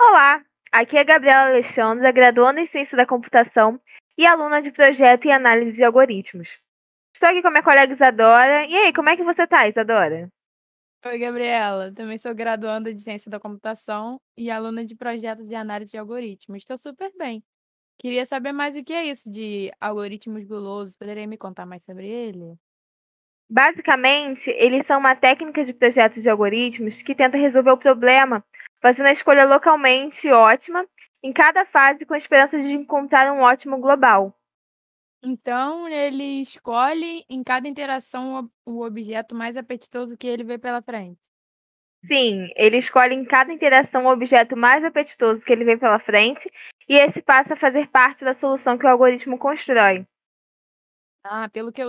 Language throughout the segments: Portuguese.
Olá, aqui é a Gabriela Alexandra, graduanda em Ciência da Computação e aluna de Projeto e Análise de Algoritmos. Estou aqui com a minha colega Isadora. E aí, como é que você tá, Isadora? Oi, Gabriela. Também sou graduanda de Ciência da Computação e aluna de projetos de análise de algoritmos. Estou super bem. Queria saber mais o que é isso de algoritmos gulosos. Poderia me contar mais sobre ele? Basicamente, eles são uma técnica de projetos de algoritmos que tenta resolver o problema, fazendo a escolha localmente ótima em cada fase com a esperança de encontrar um ótimo global. Então, ele escolhe em cada interação o objeto mais apetitoso que ele vê pela frente. Sim, ele escolhe em cada interação o objeto mais apetitoso que ele vê pela frente, e esse passa a fazer parte da solução que o algoritmo constrói. Ah, pelo que eu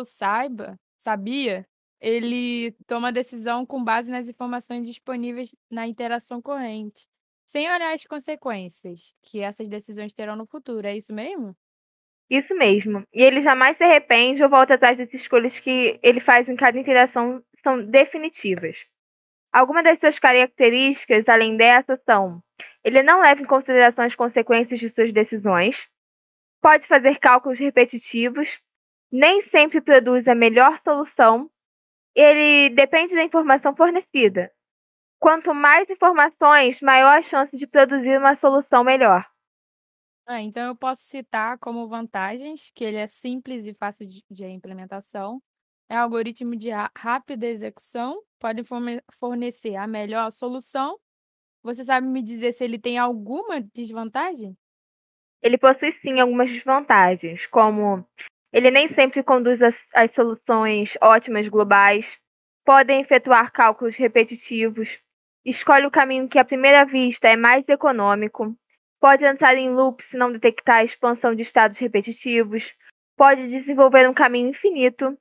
sabia, ele toma a decisão com base nas informações disponíveis na interação corrente, sem olhar as consequências que essas decisões terão no futuro. É isso mesmo? Isso mesmo. E ele jamais se arrepende ou volta atrás das escolhas que ele faz em cada interação são definitivas. Algumas das suas características, além dessa, são: ele não leva em consideração as consequências de suas decisões, pode fazer cálculos repetitivos, nem sempre produz a melhor solução, ele depende da informação fornecida. Quanto mais informações, maior a chance de produzir uma solução melhor. Ah, então eu posso citar como vantagens que ele é simples e fácil de implementação, é algoritmo de rápida execução, pode fornecer a melhor solução. Você sabe me dizer se ele tem alguma desvantagem? Ele possui sim algumas desvantagens, como ele nem sempre conduz as soluções ótimas globais, podem efetuar cálculos repetitivos, escolhe o caminho que à primeira vista é mais econômico, pode entrar em loop se não detectar a expansão de estados repetitivos, pode desenvolver um caminho infinito.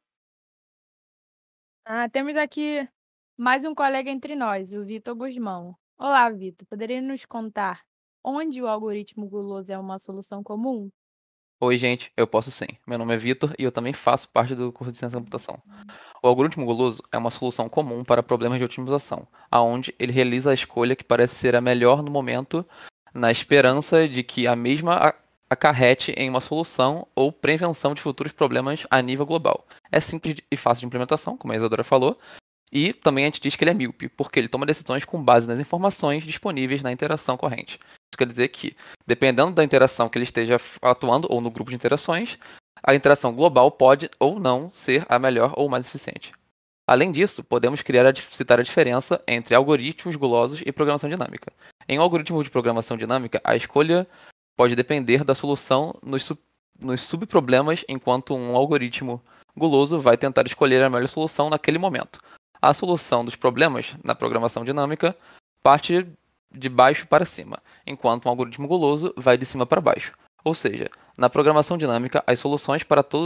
Ah, temos aqui mais um colega entre nós, o Vitor Guzmão. Olá, Vitor. Poderia nos contar onde o algoritmo guloso é uma solução comum? Oi, gente, eu posso sim. Meu nome é Vitor e eu também faço parte do curso de Ciência da Computação. O algoritmo guloso é uma solução comum para problemas de otimização, aonde ele realiza a escolha que parece ser a melhor no momento, na esperança de que a mesma acarrete em uma solução ou prevenção de futuros problemas a nível global. É simples e fácil de implementação, como a Isadora falou, e também a gente diz que ele é míope, porque ele toma decisões com base nas informações disponíveis na interação corrente. Isso quer dizer que, dependendo da interação que ele esteja atuando ou no grupo de interações, a interação global pode ou não ser a melhor ou mais eficiente. Além disso, podemos citar a diferença entre algoritmos gulosos e programação dinâmica. Em um algoritmo de programação dinâmica, a escolha pode depender da solução nos subproblemas, enquanto um algoritmo guloso vai tentar escolher a melhor solução naquele momento. A solução dos problemas na programação dinâmica parte de baixo para cima, enquanto um algoritmo guloso vai de cima para baixo. Ou seja, na programação dinâmica, as soluções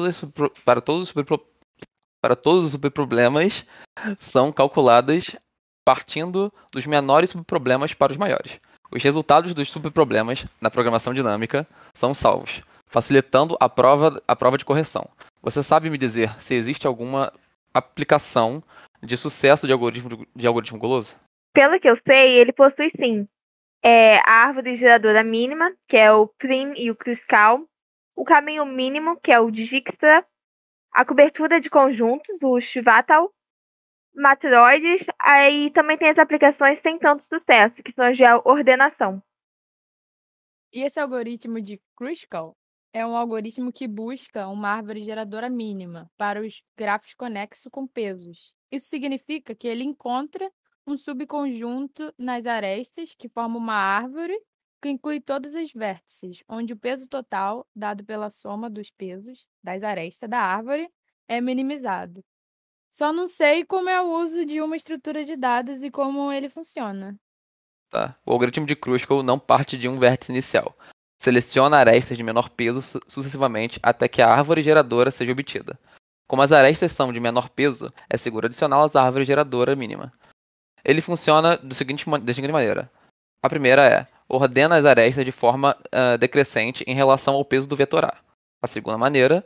para todos os subproblemas são calculadas partindo dos menores subproblemas para os maiores. Os resultados dos subproblemas na programação dinâmica são salvos, facilitando a prova de correção. Você sabe me dizer se existe alguma aplicação de sucesso de algoritmo guloso? Pelo que eu sei, ele possui sim a árvore geradora mínima, que é o prim e o crucial, o caminho mínimo, que é o Dijkstra, a cobertura de conjuntos, o Shvatal, matroides, aí também tem as aplicações sem tanto sucesso, que são as de ordenação. E esse algoritmo de Kruskal é um algoritmo que busca uma árvore geradora mínima para os grafos conexos com pesos. Isso significa que ele encontra um subconjunto nas arestas que forma uma árvore que inclui todos os vértices, onde o peso total, dado pela soma dos pesos das arestas da árvore, é minimizado. Só não sei como é o uso de uma estrutura de dados e como ele funciona. Tá? O algoritmo de Kruskal não parte de um vértice inicial. Seleciona arestas de menor peso sucessivamente até que a árvore geradora seja obtida. Como as arestas são de menor peso, é seguro adicioná-las à árvore geradora mínima. Ele funciona da seguinte maneira. A primeira é: ordena as arestas de forma decrescente em relação ao peso do vetor A. A segunda maneira: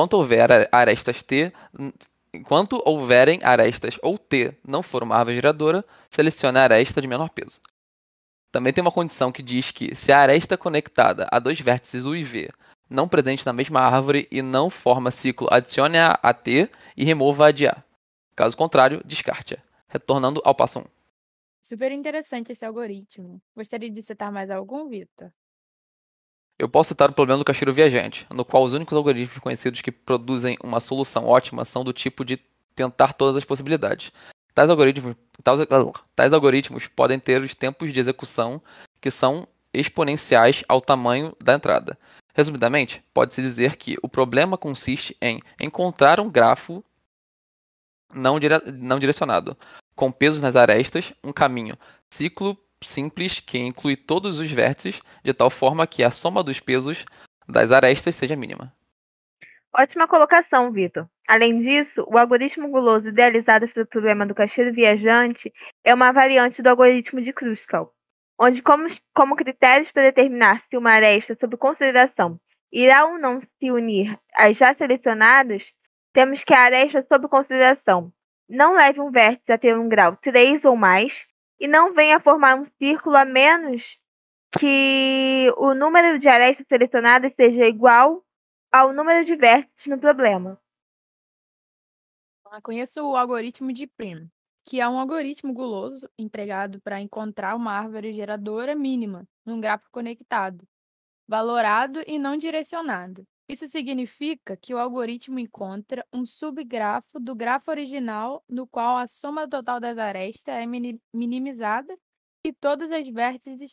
enquanto houverem arestas ou T não for uma árvore geradora, selecione a aresta de menor peso. Também tem uma condição que diz que se a aresta conectada a dois vértices U e V não presente na mesma árvore e não forma ciclo, adicione-a a T e remova-a de A. Caso contrário, descarte-a, retornando ao passo 1. Super interessante esse algoritmo. Gostaria de citar mais algum, Vitor? Eu posso citar o problema do caixeiro viajante, no qual os únicos algoritmos conhecidos que produzem uma solução ótima são do tipo de tentar todas as possibilidades. Tais algoritmos podem ter os tempos de execução que são exponenciais ao tamanho da entrada. Resumidamente, pode-se dizer que o problema consiste em encontrar um grafo não direcionado, com pesos nas arestas, um caminho ciclo simples que inclui todos os vértices, de tal forma que a soma dos pesos das arestas seja mínima. Ótima colocação, Vitor. Além disso, o algoritmo guloso idealizado para o problema do caixeiro viajante é uma variante do algoritmo de Kruskal, onde, como critérios para determinar se uma aresta sob consideração irá ou não se unir às já selecionadas, temos que a aresta sob consideração não leve um vértice a ter um grau 3 ou mais e não venha a formar um círculo a menos que o número de arestas selecionadas seja igual ao número de vértices no problema. Conheço o algoritmo de Prim, que é um algoritmo guloso empregado para encontrar uma árvore geradora mínima num gráfico conectado, valorado e não direcionado. Isso significa que o algoritmo encontra um subgrafo do grafo original no qual a soma total das arestas é minimizada e todos os vértices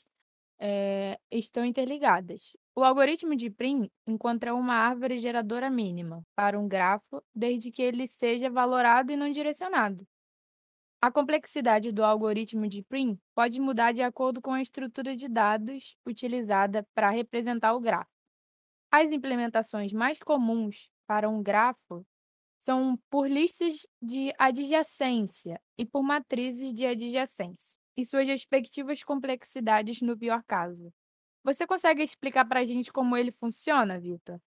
estão interligadas. O algoritmo de Prim encontra uma árvore geradora mínima para um grafo desde que ele seja valorado e não direcionado. A complexidade do algoritmo de Prim pode mudar de acordo com a estrutura de dados utilizada para representar o grafo. As implementações mais comuns para um grafo são por listas de adjacência e por matrizes de adjacência, e suas respectivas complexidades no pior caso. Você consegue explicar para a gente como ele funciona, Vitor?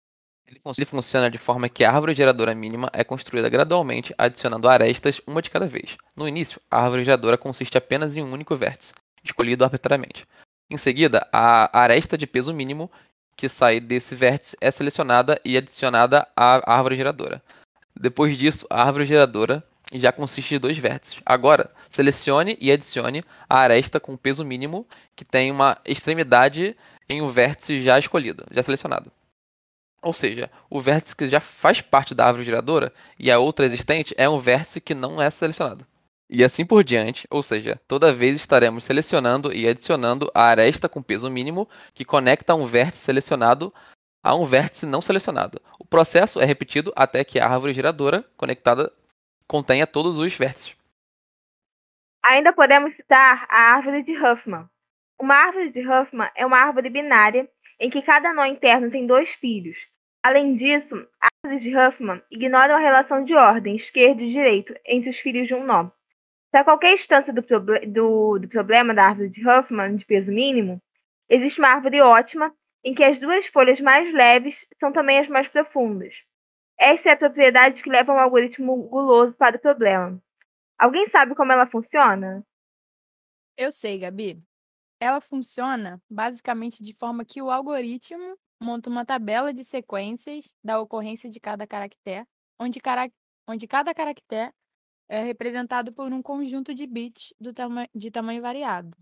Ele funciona de forma que a árvore geradora mínima é construída gradualmente, adicionando arestas uma de cada vez. No início, a árvore geradora consiste apenas em um único vértice, escolhido arbitrariamente. Em seguida, a aresta de peso mínimo que sai desse vértice é selecionada e adicionada à árvore geradora. Depois disso, a árvore geradora já consiste de dois vértices. Agora, selecione e adicione a aresta com peso mínimo que tem uma extremidade em um vértice já escolhido, já selecionado. Ou seja, o vértice que já faz parte da árvore geradora e a outra existente é um vértice que não é selecionado. E assim por diante, ou seja, toda vez estaremos selecionando e adicionando a aresta com peso mínimo que conecta um vértice selecionado a um vértice não selecionado. O processo é repetido até que a árvore geradora conectada contenha todos os vértices. Ainda podemos citar a árvore de Huffman. Uma árvore de Huffman é uma árvore binária em que cada nó interno tem dois filhos. Além disso, árvores de Huffman ignoram a relação de ordem esquerdo e direito entre os filhos de um nó. Para qualquer instância do problema da árvore de Huffman de peso mínimo, existe uma árvore ótima em que as duas folhas mais leves são também as mais profundas. Essa é a propriedade que leva um algoritmo guloso para o problema. Alguém sabe como ela funciona? Eu sei, Gabi. Ela funciona basicamente de forma que o algoritmo monta uma tabela de sequências da ocorrência de cada caractere, onde cada caractere é representado por um conjunto de bits de tamanho variado.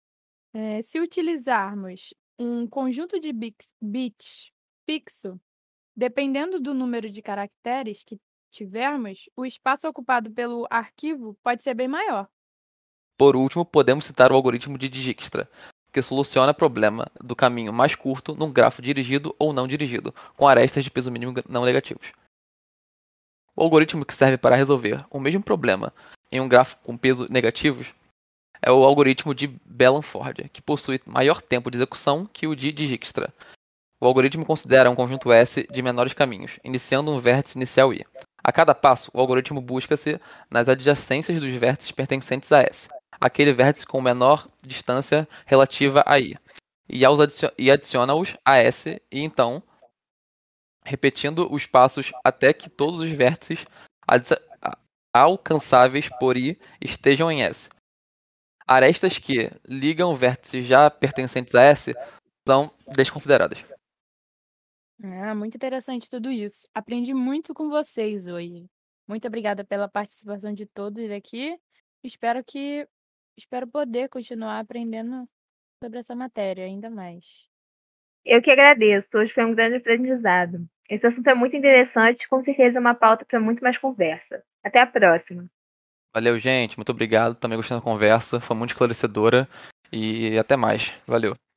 Se utilizarmos um conjunto de bits fixo, dependendo do número de caracteres que tivermos, o espaço ocupado pelo arquivo pode ser bem maior. Por último, podemos citar o algoritmo de Dijkstra, que soluciona o problema do caminho mais curto num grafo dirigido ou não dirigido, com arestas de peso mínimo não negativos. O algoritmo que serve para resolver o mesmo problema em um grafo com peso negativos é o algoritmo de Bellman-Ford, que possui maior tempo de execução que o de Dijkstra. O algoritmo considera um conjunto S de menores caminhos, iniciando um vértice inicial I. A cada passo, o algoritmo busca-se nas adjacências dos vértices pertencentes a S, aquele vértice com menor distância relativa a I, e adiciona-os a S, e então, repetindo os passos até que todos os vértices alcançáveis por I estejam em S. Arestas que ligam vértices já pertencentes a S são desconsideradas. Muito interessante tudo isso. Aprendi muito com vocês hoje. Muito obrigada pela participação de todos aqui. Espero que espero poder continuar aprendendo sobre essa matéria ainda mais. Eu que agradeço. Hoje foi um grande aprendizado. Esse assunto é muito interessante, com certeza é uma pauta para muito mais conversa. Até a próxima. Valeu, gente. Muito obrigado. Também gostei da conversa. Foi muito esclarecedora. E até mais. Valeu.